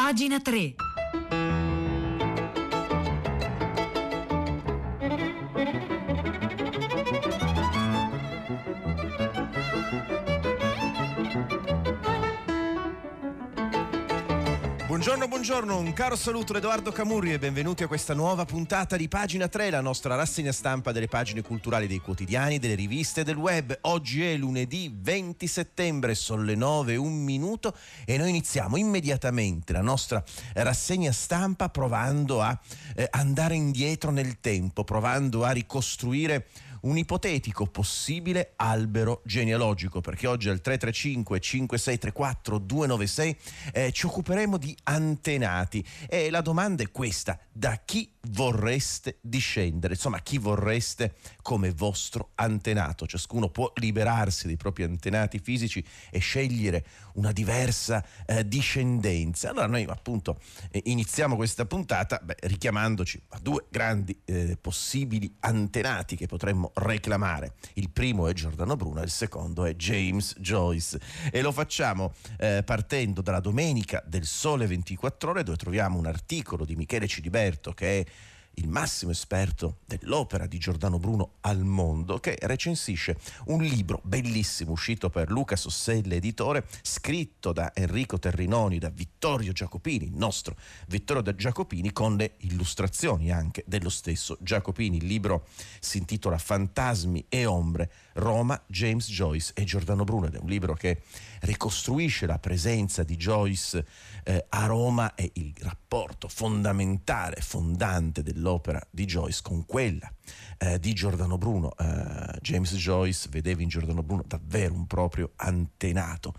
Pagina 3. Buongiorno, un caro saluto da Edoardo Camurri e benvenuti a questa nuova puntata di Pagina 3, la nostra rassegna stampa delle pagine culturali dei quotidiani, delle riviste e del web. Oggi è lunedì 20 settembre, sono le 9:01 e noi iniziamo immediatamente la nostra rassegna stampa provando a andare indietro nel tempo, provando a ricostruire un ipotetico possibile albero genealogico, perché oggi al 335 5634 296 ci occuperemo di antenati e la domanda è questa: da chi vorreste discendere? Insomma, chi vorreste come vostro antenato? Ciascuno può liberarsi dei propri antenati fisici e scegliere una diversa discendenza. Allora noi appunto iniziamo questa puntata richiamandoci a due grandi possibili antenati che potremmo reclamare. Il primo è Giordano Bruno e il secondo è James Joyce, e lo facciamo partendo dalla domenica del Sole 24 Ore, dove troviamo un articolo di Michele Ciliberto, che è il massimo esperto dell'opera di Giordano Bruno al mondo, che recensisce un libro bellissimo uscito per Luca Sossella editore, scritto da Enrico Terrinoni, da Vittorio Giacopini, il nostro Vittorio Giacopini, con le illustrazioni anche dello stesso Giacopini. Il libro si intitola Fantasmi e ombre, Roma, James Joyce e Giordano Bruno, ed è un libro che ricostruisce la presenza di Joyce a Roma e il rapporto fondamentale, fondante dell'opera di Joyce con quella di Giordano Bruno. James Joyce vedeva in Giordano Bruno davvero un proprio antenato.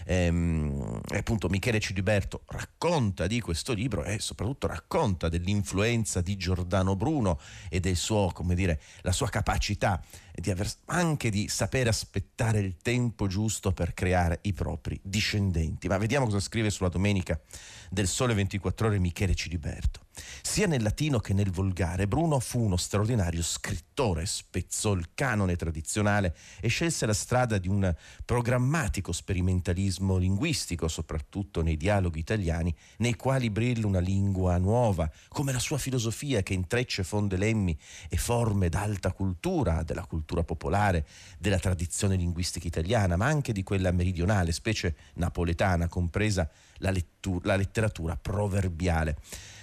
Appunto Michele Ciliberto racconta di questo libro e soprattutto racconta dell'influenza di Giordano Bruno e del suo, come dire, la sua capacità anche di sapere aspettare il tempo giusto per creare i propri discendenti. Ma vediamo cosa scrive sulla domenica del Sole 24 Ore Michele Ciliberto. Sia nel latino che nel volgare Bruno fu uno straordinario scrittore, spezzò il canone tradizionale e scelse la strada di un programmatico sperimentalismo linguistico, soprattutto nei dialoghi italiani, nei quali brilla una lingua nuova, come la sua filosofia che intreccia e fonde lemmi e forme d'alta cultura, della cultura popolare, della tradizione linguistica italiana, ma anche di quella meridionale, specie napoletana, compresa la letteratura proverbiale.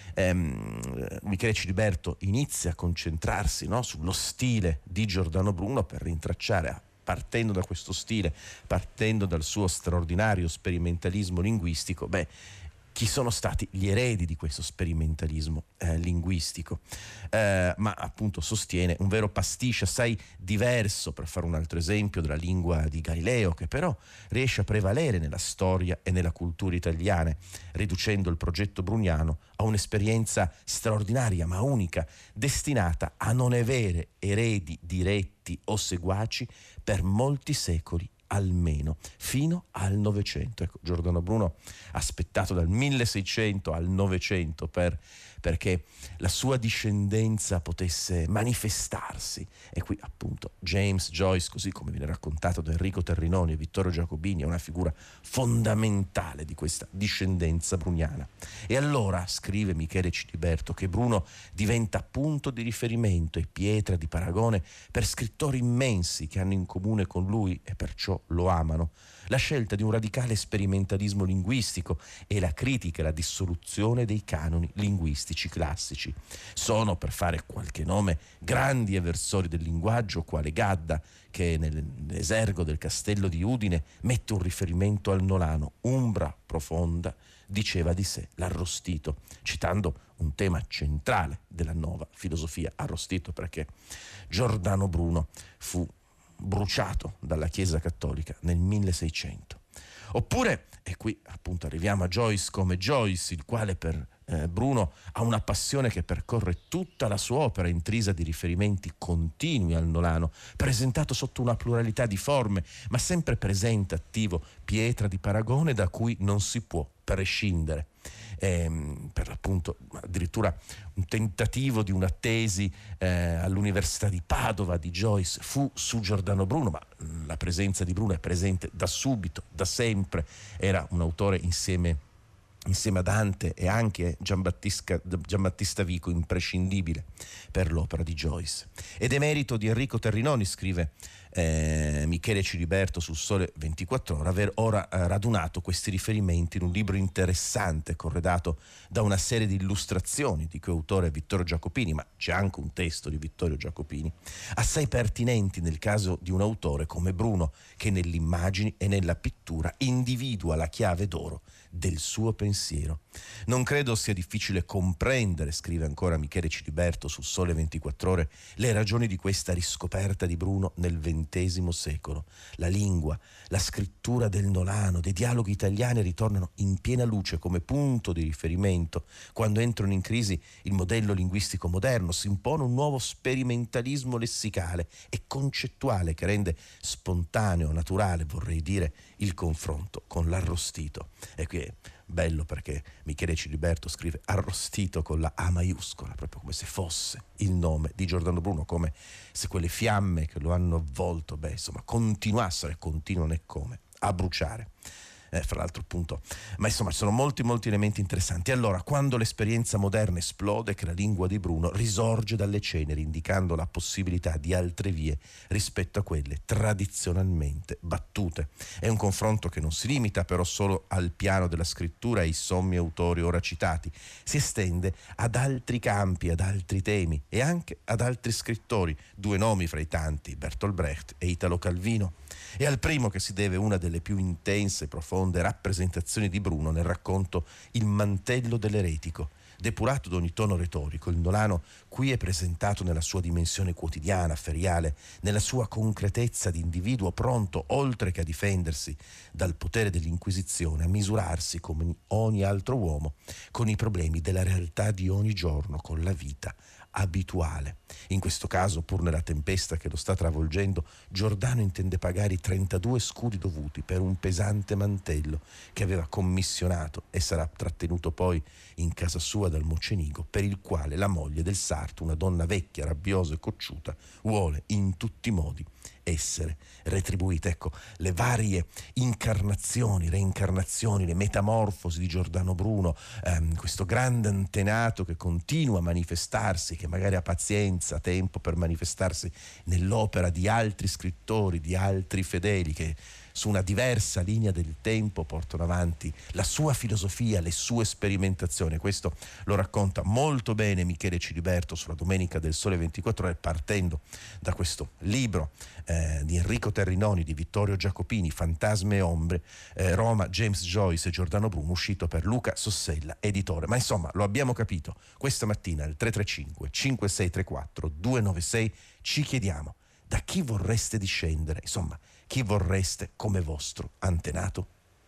Michele Ciliberto inizia a concentrarsi, no, sullo stile di Giordano Bruno per rintracciare, partendo da questo stile, partendo dal suo straordinario sperimentalismo linguistico, chi sono stati gli eredi di questo sperimentalismo linguistico, ma appunto sostiene un vero pastiche assai diverso, per fare un altro esempio, della lingua di Galileo, che però riesce a prevalere nella storia e nella cultura italiane, riducendo il progetto bruniano a un'esperienza straordinaria ma unica, destinata a non avere eredi diretti o seguaci per molti secoli almeno, fino al Novecento. Ecco, Giordano Bruno ha aspettato dal 1600 al Novecento perché la sua discendenza potesse manifestarsi, e qui appunto James Joyce, così come viene raccontato da Enrico Terrinoni e Vittorio Giacopini, è una figura fondamentale di questa discendenza bruniana. E allora scrive Michele Ciliberto che Bruno diventa punto di riferimento e pietra di paragone per scrittori immensi che hanno in comune con lui e perciò lo amano. La scelta di un radicale sperimentalismo linguistico e la critica e la dissoluzione dei canoni linguistici classici. Sono, per fare qualche nome, grandi eversori del linguaggio, quale Gadda, che nell'esergo del castello di Udine mette un riferimento al nolano: umbra profonda diceva di sé l'arrostito, citando un tema centrale della nuova filosofia arrostito, perché Giordano Bruno fu bruciato dalla Chiesa Cattolica nel 1600. Oppure, e qui appunto arriviamo a Joyce come Joyce, il quale per Bruno ha una passione che percorre tutta la sua opera, intrisa di riferimenti continui al nolano, presentato sotto una pluralità di forme, ma sempre presente, attivo, pietra di paragone da cui non si può prescindere. Per l'appunto addirittura un tentativo di una tesi all'Università di Padova di Joyce fu su Giordano Bruno, ma la presenza di Bruno è presente da subito, da sempre. Era un autore insieme insieme a Dante e anche Giambattista Vico, imprescindibile per l'opera di Joyce. Ed è merito di Enrico Terrinoni, scrive Michele Ciliberto sul Sole 24 Ore, aver ora radunato questi riferimenti in un libro interessante corredato da una serie di illustrazioni di cui autore è Vittorio Giacopini, ma c'è anche un testo di Vittorio Giacopini, assai pertinenti nel caso di un autore come Bruno, che nelle immagini e nella pittura individua la chiave d'oro del suo pensiero. Non credo sia difficile comprendere, scrive ancora Michele Ciliberto sul Sole 24 Ore, le ragioni di questa riscoperta di Bruno nel XX secolo. La lingua, la scrittura del Nolano, dei dialoghi italiani ritornano in piena luce come punto di riferimento. Quando entrano in crisi il modello linguistico moderno, si impone un nuovo sperimentalismo lessicale e concettuale che rende spontaneo, naturale, vorrei dire, il confronto con l'arrostito. E qui è bello perché Michele Ciliberto scrive arrostito con la A maiuscola, proprio come se fosse il nome di Giordano Bruno, come se quelle fiamme che lo hanno avvolto, continuassero e continuano e come a bruciare. Fra l'altro appunto, ma insomma ci sono molti elementi interessanti. Allora, quando l'esperienza moderna esplode, che la lingua di Bruno risorge dalle ceneri, indicando la possibilità di altre vie rispetto a quelle tradizionalmente battute. È un confronto che non si limita però solo al piano della scrittura e ai sommi autori ora citati, si estende ad altri campi, ad altri temi e anche ad altri scrittori, due nomi fra i tanti, Bertolt Brecht e Italo Calvino. E al primo che si deve una delle più intense e profonde rappresentazioni di Bruno nel racconto Il mantello dell'eretico. Depurato da ogni tono retorico, il Nolano qui è presentato nella sua dimensione quotidiana, feriale, nella sua concretezza di individuo pronto, oltre che a difendersi dal potere dell'Inquisizione, a misurarsi come ogni altro uomo con i problemi della realtà di ogni giorno, con la vita abituale. In questo caso, pur nella tempesta che lo sta travolgendo, Giordano intende pagare i 32 scudi dovuti per un pesante mantello che aveva commissionato e sarà trattenuto poi in casa sua dal Mocenigo, per il quale la moglie del sarto, una donna vecchia, rabbiosa e cocciuta, vuole in tutti i modi essere retribuita. Ecco, le varie incarnazioni, reincarnazioni, le metamorfosi di Giordano Bruno, questo grande antenato che continua a manifestarsi, che magari ha pazienza, tempo per manifestarsi nell'opera di altri scrittori, di altri fedeli che su una diversa linea del tempo portano avanti la sua filosofia, le sue sperimentazioni. Questo lo racconta molto bene Michele Ciliberto sulla Domenica del Sole 24 Ore, partendo da questo libro di Enrico Terrinoni, di Vittorio Giacopini, Fantasme e ombre, Roma, James Joyce e Giordano Bruno, uscito per Luca Sossella editore. Ma insomma, lo abbiamo capito, questa mattina al 335 5634 296 ci chiediamo: da chi vorreste discendere? Insomma, chi vorreste come vostro antenato?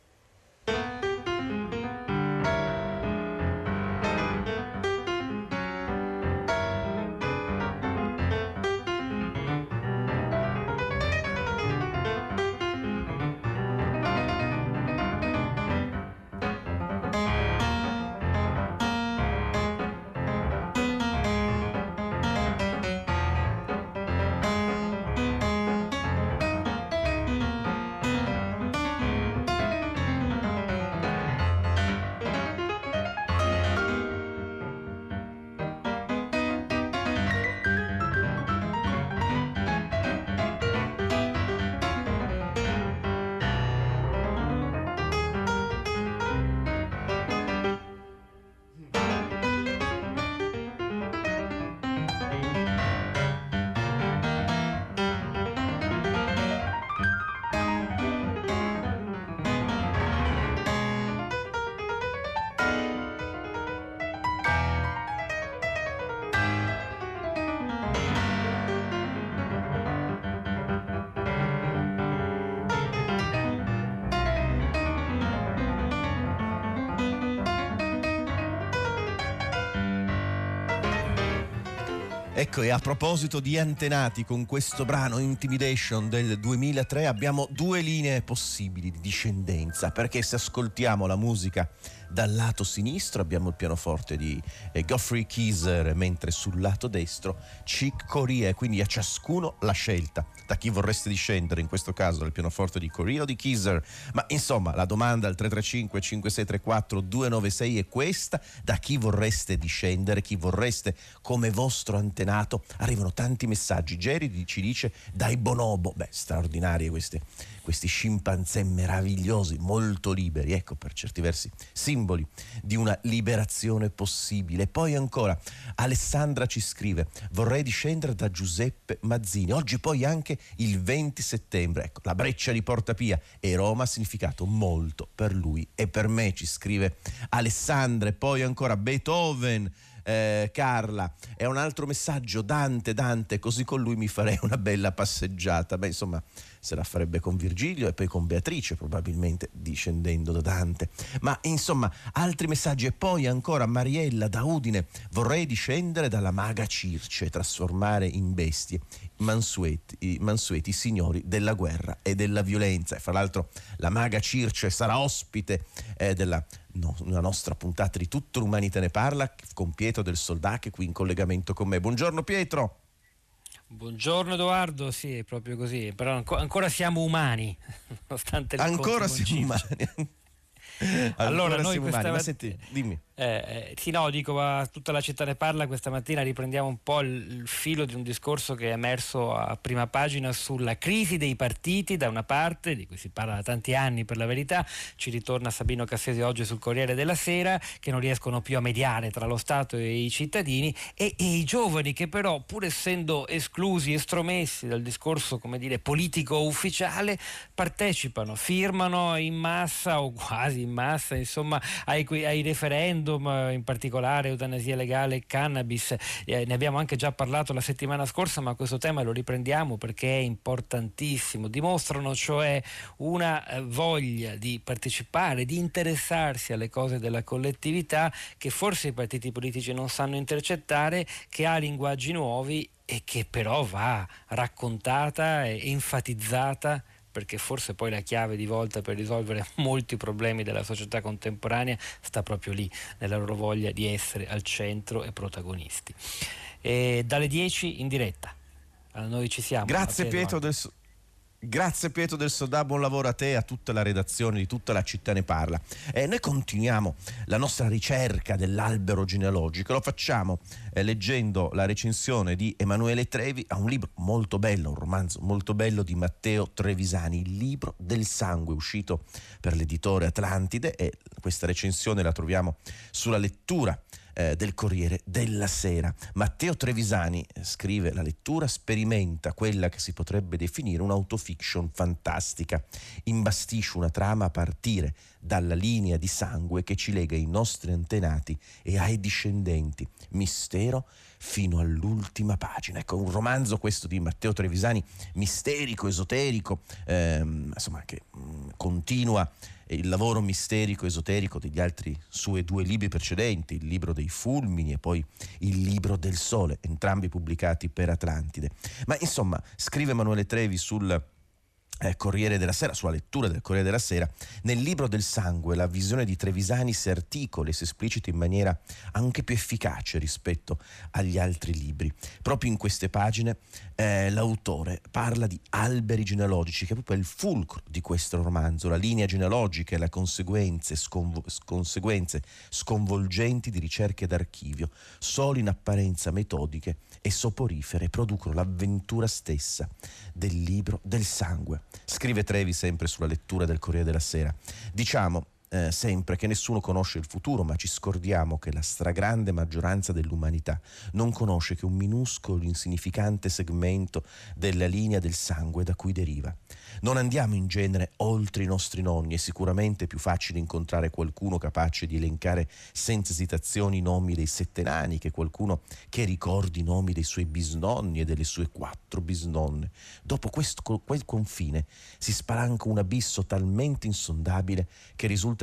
Ecco, e a proposito di antenati, con questo brano Intimidation del 2003 abbiamo due linee possibili di discendenza, perché se ascoltiamo la musica Dal lato sinistro abbiamo il pianoforte di Geoffrey Keezer, mentre sul lato destro Chick Corea, quindi a ciascuno la scelta da chi vorreste discendere, in questo caso dal pianoforte di Corea o di Keezer. Ma insomma, la domanda al 335 5634 296 è questa: da chi vorreste discendere, chi vorreste come vostro antenato? Arrivano tanti messaggi. Jerry ci dice dai bonobo. Beh, straordinarie questi scimpanzé meravigliosi, molto liberi, ecco, per certi versi simboli di una liberazione possibile. Poi ancora Alessandra ci scrive: vorrei discendere da Giuseppe Mazzini. Oggi poi anche il 20 settembre, ecco, la Breccia di Porta Pia e Roma ha significato molto per lui e per me, ci scrive Alessandra. E poi ancora Beethoven, Carla, è un altro messaggio: Dante, così con lui mi farei una bella passeggiata. Beh, insomma, se la farebbe con Virgilio e poi con Beatrice, probabilmente, discendendo da Dante. Ma insomma, altri messaggi. E poi ancora Mariella da Udine: vorrei discendere dalla maga Circe e trasformare in bestie mansueti signori della guerra e della violenza. E fra l'altro la maga Circe sarà ospite una nostra puntata di Tutta l'Umanità ne parla con Pietro del Soldà, che è qui in collegamento con me. Buongiorno Pietro. Buongiorno Edoardo, sì, è proprio così, però ancora siamo umani, nonostante l'incontro Ancora con siamo Circe. umani. Allora, noi siamo umani. questa Ma senti, dimmi. sì, no, dico, tutta la città ne parla. Questa mattina riprendiamo un po' il filo di un discorso che è emerso a prima pagina sulla crisi dei partiti da una parte, di cui si parla da tanti anni per la verità. Ci ritorna Sabino Cassese oggi sul Corriere della Sera, che non riescono più a mediare tra lo Stato e i cittadini, e i giovani che però, pur essendo esclusi, estromessi dal discorso, come dire, politico ufficiale, partecipano, firmano in massa o quasi in massa, insomma, ai referendum, in particolare eutanasia legale e cannabis. Ne abbiamo anche già parlato la settimana scorsa, ma questo tema lo riprendiamo perché è importantissimo. Dimostrano cioè una voglia di partecipare, di interessarsi alle cose della collettività, che forse i partiti politici non sanno intercettare, che ha linguaggi nuovi e che però va raccontata e enfatizzata, perché forse poi la chiave di volta per risolvere molti problemi della società contemporanea sta proprio lì, nella loro voglia di essere al centro e protagonisti. E dalle 10 in diretta. Noi ci siamo. Grazie Pietro del Soldà, buon lavoro a te e a tutta la redazione di Tutta la città ne parla. Noi continuiamo la nostra ricerca dell'albero genealogico, lo facciamo leggendo la recensione di Emanuele Trevi a un libro molto bello, un romanzo molto bello di Matteo Trevisani, Il libro del sangue, uscito per l'editore Atlantide, e questa recensione la troviamo sulla lettura del Corriere della Sera. Matteo Trevisani scrive: la lettura sperimenta quella che si potrebbe definire un'autofiction fantastica, imbastisce una trama a partire dalla linea di sangue che ci lega ai nostri antenati e ai discendenti, mistero fino all'ultima pagina. Ecco, un romanzo questo di Matteo Trevisani, misterico, esoterico, insomma, che continua il lavoro misterico, esoterico degli altri suoi due libri precedenti, il libro dei fulmini e poi il libro del sole, entrambi pubblicati per Atlantide. Ma insomma, scrive Emanuele Trevi sul Corriere della Sera, sulla lettura del Corriere della Sera: nel libro del sangue la visione di Trevisani si articola e si esplicita in maniera anche più efficace rispetto agli altri libri. Proprio in queste pagine l'autore parla di alberi genealogici, che è proprio il fulcro di questo romanzo, la linea genealogica e le conseguenze sconvolgenti di ricerche d'archivio, solo in apparenza metodiche e soporifere, producono l'avventura stessa del libro del sangue. Scrive Trevi sempre sulla lettura del Corriere della Sera: diciamo sempre che nessuno conosce il futuro, ma ci scordiamo che la stragrande maggioranza dell'umanità non conosce che un minuscolo, insignificante segmento della linea del sangue da cui deriva. Non andiamo in genere oltre i nostri nonni, è sicuramente più facile incontrare qualcuno capace di elencare senza esitazioni i nomi dei 7 nani che qualcuno che ricordi i nomi dei suoi bisnonni e delle sue 4 bisnonne. Dopo quel confine si spalanca un abisso talmente insondabile che risulta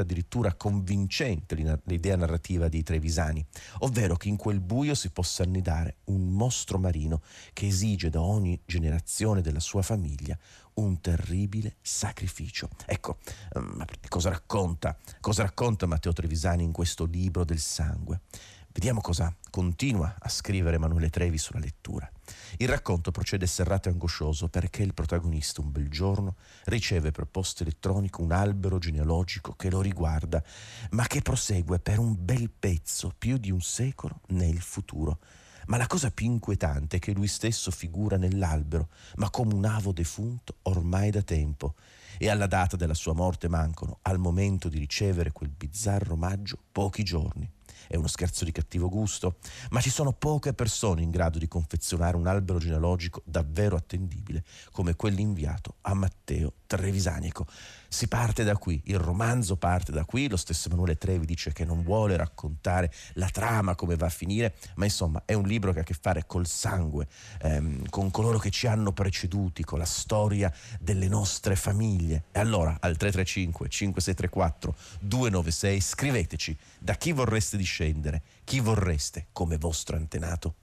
risulta addirittura convincente l'idea narrativa di Trevisani, ovvero che in quel buio si possa annidare un mostro marino che esige da ogni generazione della sua famiglia un terribile sacrificio. Ecco, cosa racconta Matteo Trevisani in questo libro del sangue? Vediamo cosa continua a scrivere Emanuele Trevi sulla lettura. Il racconto procede serrato e angoscioso perché il protagonista un bel giorno riceve per posta elettronica un albero genealogico che lo riguarda, ma che prosegue per un bel pezzo, più di un secolo, nel futuro. Ma la cosa più inquietante è che lui stesso figura nell'albero, ma come un avo defunto ormai da tempo, e alla data della sua morte mancano, al momento di ricevere quel bizzarro omaggio, pochi giorni. È uno scherzo di cattivo gusto, ma ci sono poche persone in grado di confezionare un albero genealogico davvero attendibile come quello inviato a Matteo Trevisani. Ecco, si parte da qui, il romanzo parte da qui. Lo stesso Emanuele Trevi dice che non vuole raccontare la trama, come va a finire, ma insomma è un libro che ha a che fare col sangue, con coloro che ci hanno preceduti, con la storia delle nostre famiglie. E allora al 335 5634 296 scriveteci da chi vorreste discendere, chi vorreste come vostro antenato.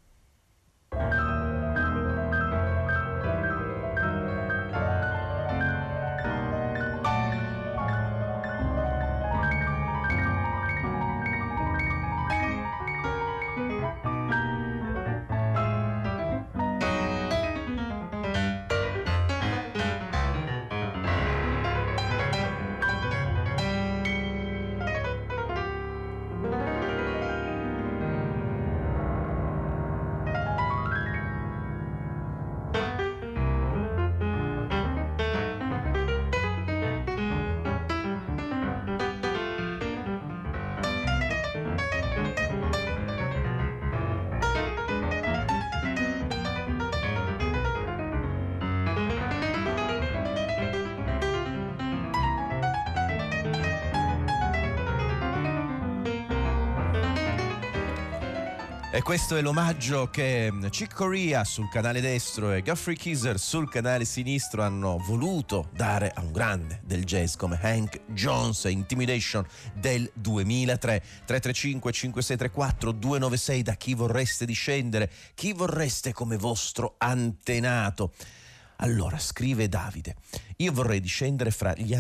E questo è l'omaggio che Chick Corea sul canale destro e Guthrie Keyser sul canale sinistro hanno voluto dare a un grande del jazz come Hank Jones e Intimidation del 2003. 335 5634 296 da chi vorreste discendere, chi vorreste come vostro antenato. Allora, scrive Davide, io vorrei discendere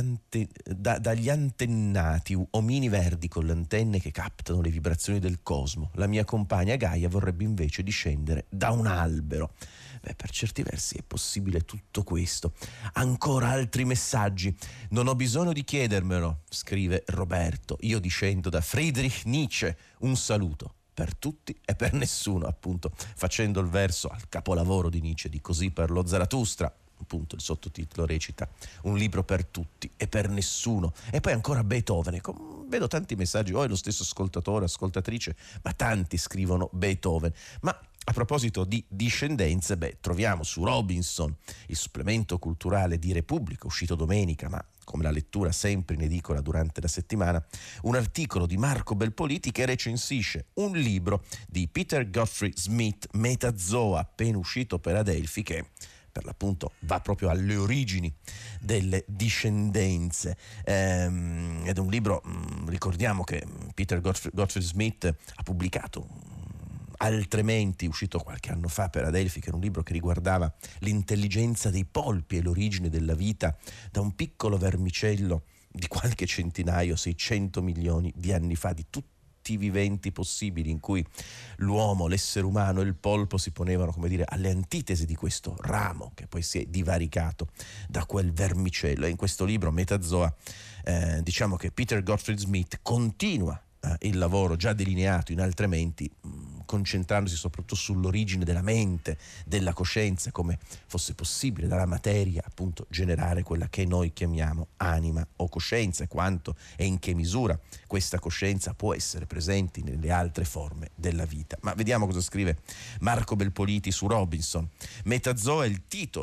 dagli antennati, omini verdi con le antenne che captano le vibrazioni del cosmo. La mia compagna Gaia vorrebbe invece discendere da un albero. Beh, per certi versi è possibile tutto questo. Ancora altri messaggi. Non ho bisogno di chiedermelo, scrive Roberto. Io discendo da Friedrich Nietzsche. Un saluto per tutti e per nessuno, appunto, facendo il verso al capolavoro di Nietzsche di Così parlò Zarathustra. Appunto il sottotitolo recita un libro per tutti e per nessuno. E poi ancora Beethoven. Vedo tanti messaggi, è lo stesso ascoltatore, ascoltatrice, ma tanti scrivono Beethoven. Ma a proposito di discendenze, troviamo su Robinson, il supplemento culturale di Repubblica, uscito domenica, ma come la lettura sempre in edicola durante la settimana, un articolo di Marco Belpoliti che recensisce un libro di Peter Godfrey Smith, Metazoa, appena uscito per Adelphi, che per l'appunto va proprio alle origini delle discendenze. Ed è un libro, ricordiamo che Peter Godfrey Smith ha pubblicato Altrimenti, uscito qualche anno fa per Adelphi, che era un libro che riguardava l'intelligenza dei polpi e l'origine della vita da un piccolo vermicello di qualche centinaio, 600 milioni di anni fa, di tutti i viventi possibili, in cui l'uomo, l'essere umano e il polpo si ponevano, come dire, alle antitesi di questo ramo che poi si è divaricato da quel vermicello. E in questo libro Metazoa diciamo che Peter Godfrey Smith continua il lavoro già delineato in Altrimenti, concentrandosi soprattutto sull'origine della mente, della coscienza, come fosse possibile dalla materia appunto generare quella che noi chiamiamo anima o coscienza, e quanto e in che misura questa coscienza può essere presente nelle altre forme della vita. Ma vediamo cosa scrive Marco Belpoliti su Robinson. Metazoa è il titolo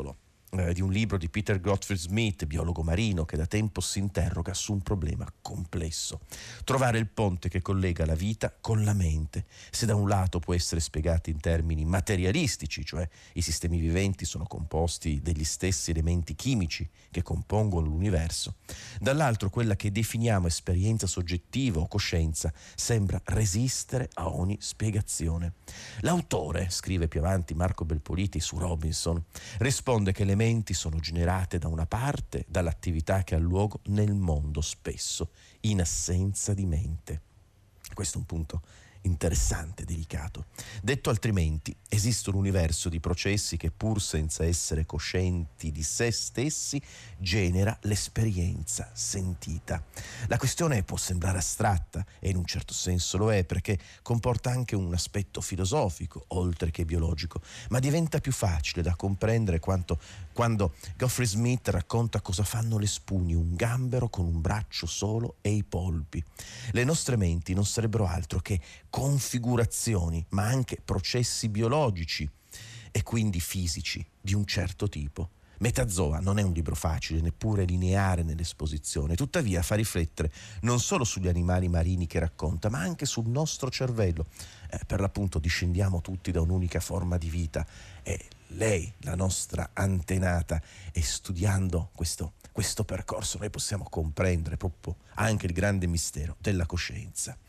di un libro di Peter Gottfried Smith, biologo marino, che da tempo si interroga su un problema complesso: trovare il ponte che collega la vita con la mente. Se da un lato può essere spiegato in termini materialistici, cioè i sistemi viventi sono composti degli stessi elementi chimici che compongono l'universo, dall'altro quella che definiamo esperienza soggettiva o coscienza sembra resistere a ogni spiegazione. L'autore, scrive più avanti Marco Belpoliti su Robinson, risponde che le menti sono generate da una parte dall'attività che ha luogo nel mondo, spesso in assenza di mente. Questo è un punto interessante, delicato. Detto altrimenti, esiste un universo di processi che, pur senza essere coscienti di se stessi, genera l'esperienza sentita. La questione può sembrare astratta, e in un certo senso lo è, perché comporta anche un aspetto filosofico, oltre che biologico, ma diventa più facile da comprendere quando Gottfried Smith racconta cosa fanno le spugne, un gambero con un braccio solo e i polpi. Le nostre menti non sarebbero altro che configurazioni, ma anche processi biologici e quindi fisici di un certo tipo. Metazoa non è un libro facile, neppure lineare nell'esposizione, tuttavia fa riflettere non solo sugli animali marini che racconta, ma anche sul nostro cervello. Per l'appunto discendiamo tutti da un'unica forma di vita e lei, la nostra antenata, e studiando questo percorso noi possiamo comprendere proprio anche il grande mistero della coscienza.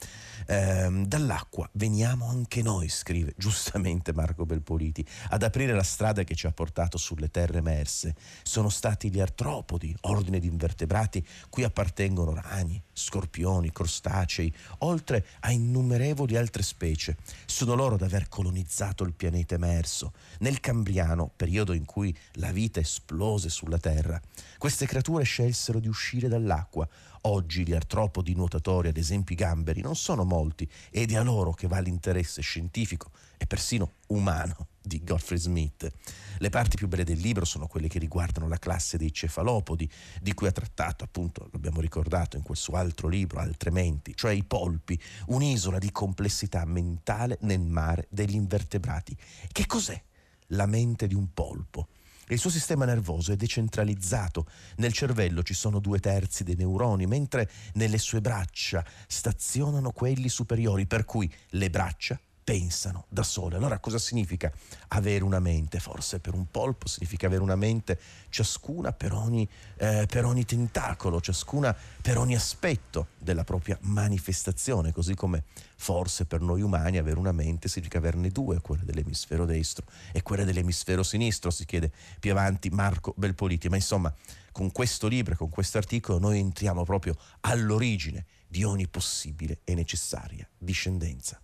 Dall'acqua veniamo anche noi, scrive giustamente Marco Belpoliti, ad aprire la strada che ci ha portato sulle terre emerse. Sono stati gli artropodi, ordine di invertebrati cui appartengono ragni, scorpioni, crostacei, oltre a innumerevoli altre specie. Sono loro ad aver colonizzato il pianeta emerso nel Cambriano, periodo in cui la vita esplose sulla Terra. Queste creature scelsero di uscire dall'acqua. Oggi gli artropodi nuotatori, ad esempio i gamberi, non sono molti, ed è a loro che va l'interesse scientifico e persino umano di Gottfried Smith. Le parti più belle del libro sono quelle che riguardano la classe dei cefalopodi, di cui ha trattato, appunto, l'abbiamo ricordato in quel suo altro libro, Altre menti, cioè i polpi, un'isola di complessità mentale nel mare degli invertebrati. Che cos'è la mente di un polpo? Il suo sistema nervoso è decentralizzato. Nel cervello ci sono 2/3 dei neuroni, mentre nelle sue braccia stazionano quelli superiori, per cui le braccia pensano da sole. Allora cosa significa avere una mente? Forse per un polpo significa avere una mente, ciascuna per ogni tentacolo, ciascuna per ogni aspetto della propria manifestazione, così come forse per noi umani avere una mente significa averne due, quella dell'emisfero destro e quella dell'emisfero sinistro, si chiede più avanti Marco Belpoliti. Ma insomma, con questo libro e con questo articolo noi entriamo proprio all'origine di ogni possibile e necessaria discendenza.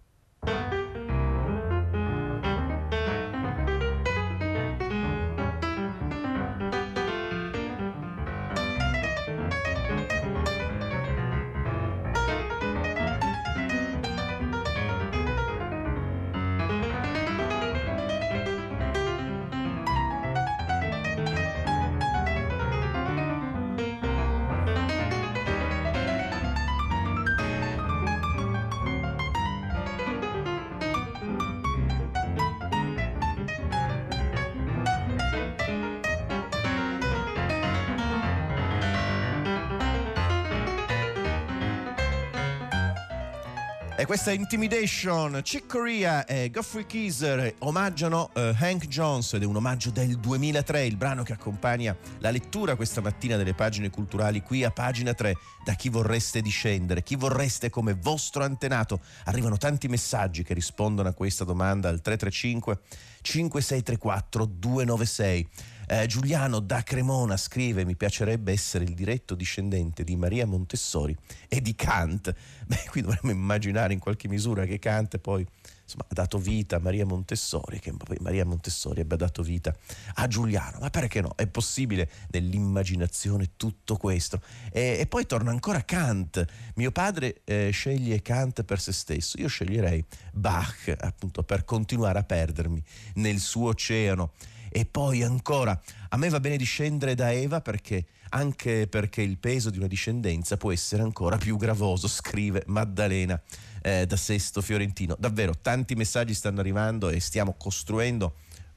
E questa è Intimidation. Chick Corea e Geoffrey Keyser omaggiano Hank Jones, ed è un omaggio del 2003, il brano che accompagna la lettura questa mattina delle pagine culturali qui a Pagina 3. Da chi vorreste discendere? Chi vorreste come vostro antenato? Arrivano tanti messaggi che rispondono a questa domanda al 335 5634 296. Giuliano da Cremona scrive: mi piacerebbe essere il diretto discendente di Maria Montessori e di Kant. Beh, qui dovremmo immaginare in qualche misura che Kant poi insomma ha dato vita a Maria Montessori, che poi Maria Montessori abbia dato vita a Giuliano. Ma perché no? È possibile nell'immaginazione tutto questo. E poi torna ancora Kant. Mio padre sceglie Kant per se stesso, io sceglierei Bach, appunto, per continuare a perdermi nel suo oceano. E poi ancora, a me va bene discendere da Eva anche perché il peso di una discendenza può essere ancora più gravoso, scrive Maddalena da Sesto Fiorentino. Davvero tanti messaggi stanno arrivando e stiamo costruendo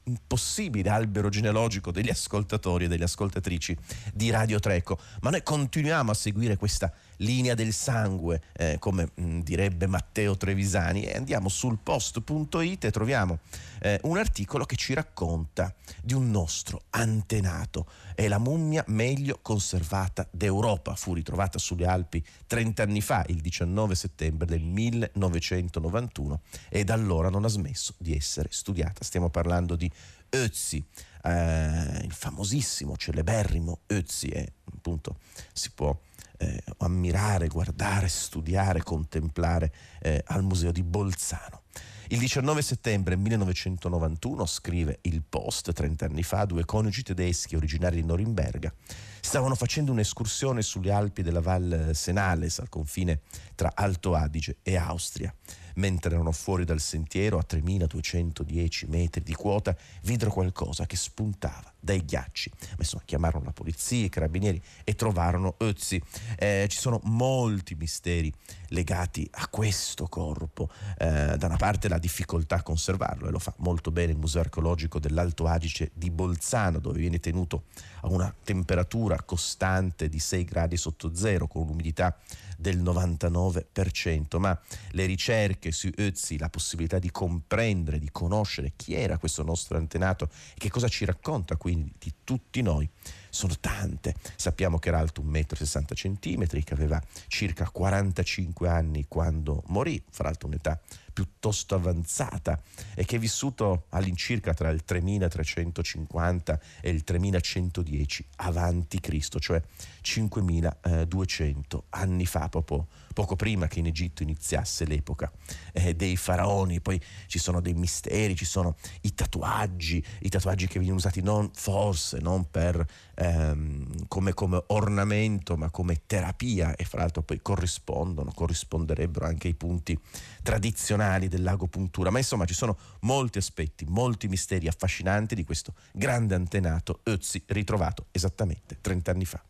possibile albero genealogico degli ascoltatori e delle ascoltatrici di Radio Trecco, ma noi continuiamo a seguire questa linea del sangue, come direbbe Matteo Trevisani, e andiamo sul post.it e troviamo un articolo che ci racconta di un nostro antenato. È la mummia meglio conservata d'Europa, fu ritrovata sulle Alpi 30 anni fa, il 19 settembre del 1991, e da allora non ha smesso di essere studiata. Stiamo parlando di Ötzi, il famosissimo, celeberrimo Ötzi, e appunto si può ammirare, guardare, studiare, contemplare al museo di Bolzano. Il 19 settembre 1991, scrive il Post, 30 anni fa, due coniugi tedeschi originari di Norimberga stavano facendo un'escursione sulle Alpi della Val Senales, al confine tra Alto Adige e Austria. Mentre erano fuori dal sentiero, a 3210 metri di quota, videro qualcosa che spuntava dai ghiacci. Insomma, chiamarono la polizia, i carabinieri e trovarono Ötzi. Ci sono molti misteri legati a questo corpo. Da una parte la difficoltà a conservarlo, e lo fa molto bene il Museo Archeologico dell'Alto Adige di Bolzano, dove viene tenuto a una temperatura costante di 6 gradi sotto zero, con un'umidità del 99%, ma le ricerche su Ötzi, la possibilità di comprendere, di conoscere chi era questo nostro antenato e che cosa ci racconta quindi di tutti noi, sono tante. Sappiamo che era alto 1,60 m, che aveva circa 45 anni quando morì, fra l'altro un'età piuttosto avanzata, e che è vissuto all'incirca tra il 3350 e il 3110 avanti Cristo, cioè 5200 anni fa, poco prima che in Egitto iniziasse l'epoca dei faraoni. Poi ci sono dei misteri, ci sono i tatuaggi che vengono usati non per come ornamento, ma come terapia, e fra l'altro poi corrisponderebbero anche ai punti tradizionali dell'agopuntura. Ma insomma ci sono molti aspetti, molti misteri affascinanti di questo grande antenato Ötzi, ritrovato esattamente 30 anni fa.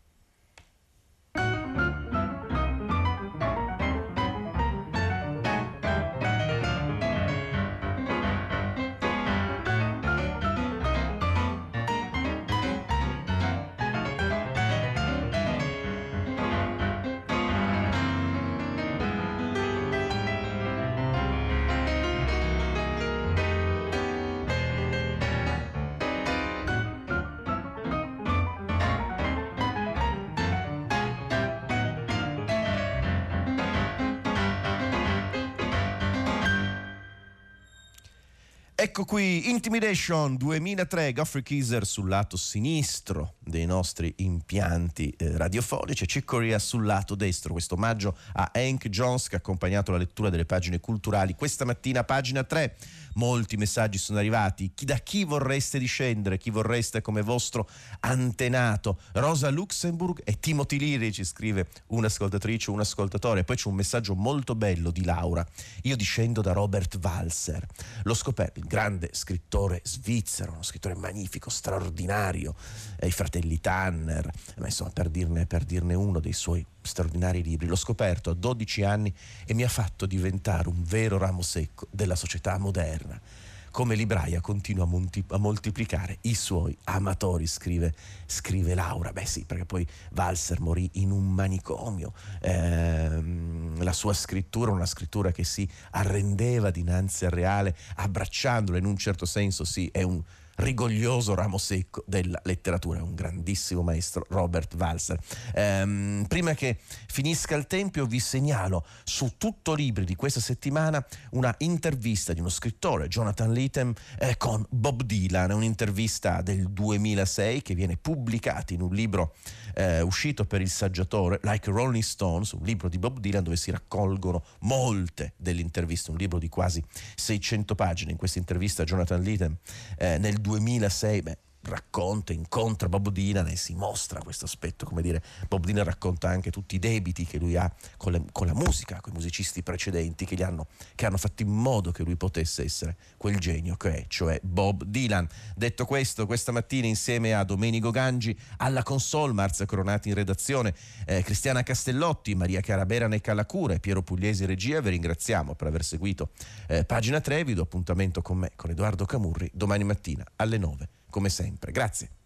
Ecco qui Intimidation 2003, Geoffrey Keyser sul lato sinistro dei nostri impianti radiofonici, e Chick Corea sul lato destro. Questo omaggio a Hank Jones, che ha accompagnato la lettura delle pagine culturali questa mattina a pagina 3. Molti messaggi sono arrivati. Da chi vorreste discendere? Chi vorreste come vostro antenato? Rosa Luxemburg e Timothy Leary, ci scrive un'ascoltatrice, un ascoltatore. Poi c'è un messaggio molto bello di Laura. Io discendo da Robert Walser. L'ho scoperto, il grande scrittore svizzero, uno scrittore magnifico, straordinario, i fratelli Tanner, ma insomma, per dirne uno dei suoi straordinari libri. L'ho scoperto a 12 anni e mi ha fatto diventare un vero ramo secco della società moderna. Come libraia continua a moltiplicare i suoi amatori, scrive Laura. Beh sì, perché poi Walser morì in un manicomio. La sua scrittura, una scrittura che si arrendeva dinanzi al reale, abbracciandolo in un certo senso, sì, è un rigoglioso ramo secco della letteratura, un grandissimo maestro Robert Walser. Prima che finisca il tempio vi segnalo su Tutto Libri di questa settimana una intervista di uno scrittore, Jonathan Lethem, con Bob Dylan, un'intervista del 2006 che viene pubblicata in un libro uscito per il saggiatore, Like Rolling Stones, un libro di Bob Dylan dove si raccolgono molte delle interviste, un libro di quasi 600 pagine. In questa intervista Jonathan Lethem nel 2006, racconta, incontra Bob Dylan e si mostra questo aspetto, come dire, Bob Dylan racconta anche tutti i debiti che lui ha con la musica, con i musicisti precedenti che hanno fatto in modo che lui potesse essere quel genio che è, cioè Bob Dylan. Detto questo, questa mattina insieme a Domenico Gangi alla console, Marzia Coronati in redazione, Cristiana Castellotti, Maria Chiara Beranec alla cura e Piero Pugliesi in regia, vi ringraziamo per aver seguito Pagina 3. Vi do appuntamento con me, con Edoardo Camurri, domani mattina alle 9 come sempre. Grazie.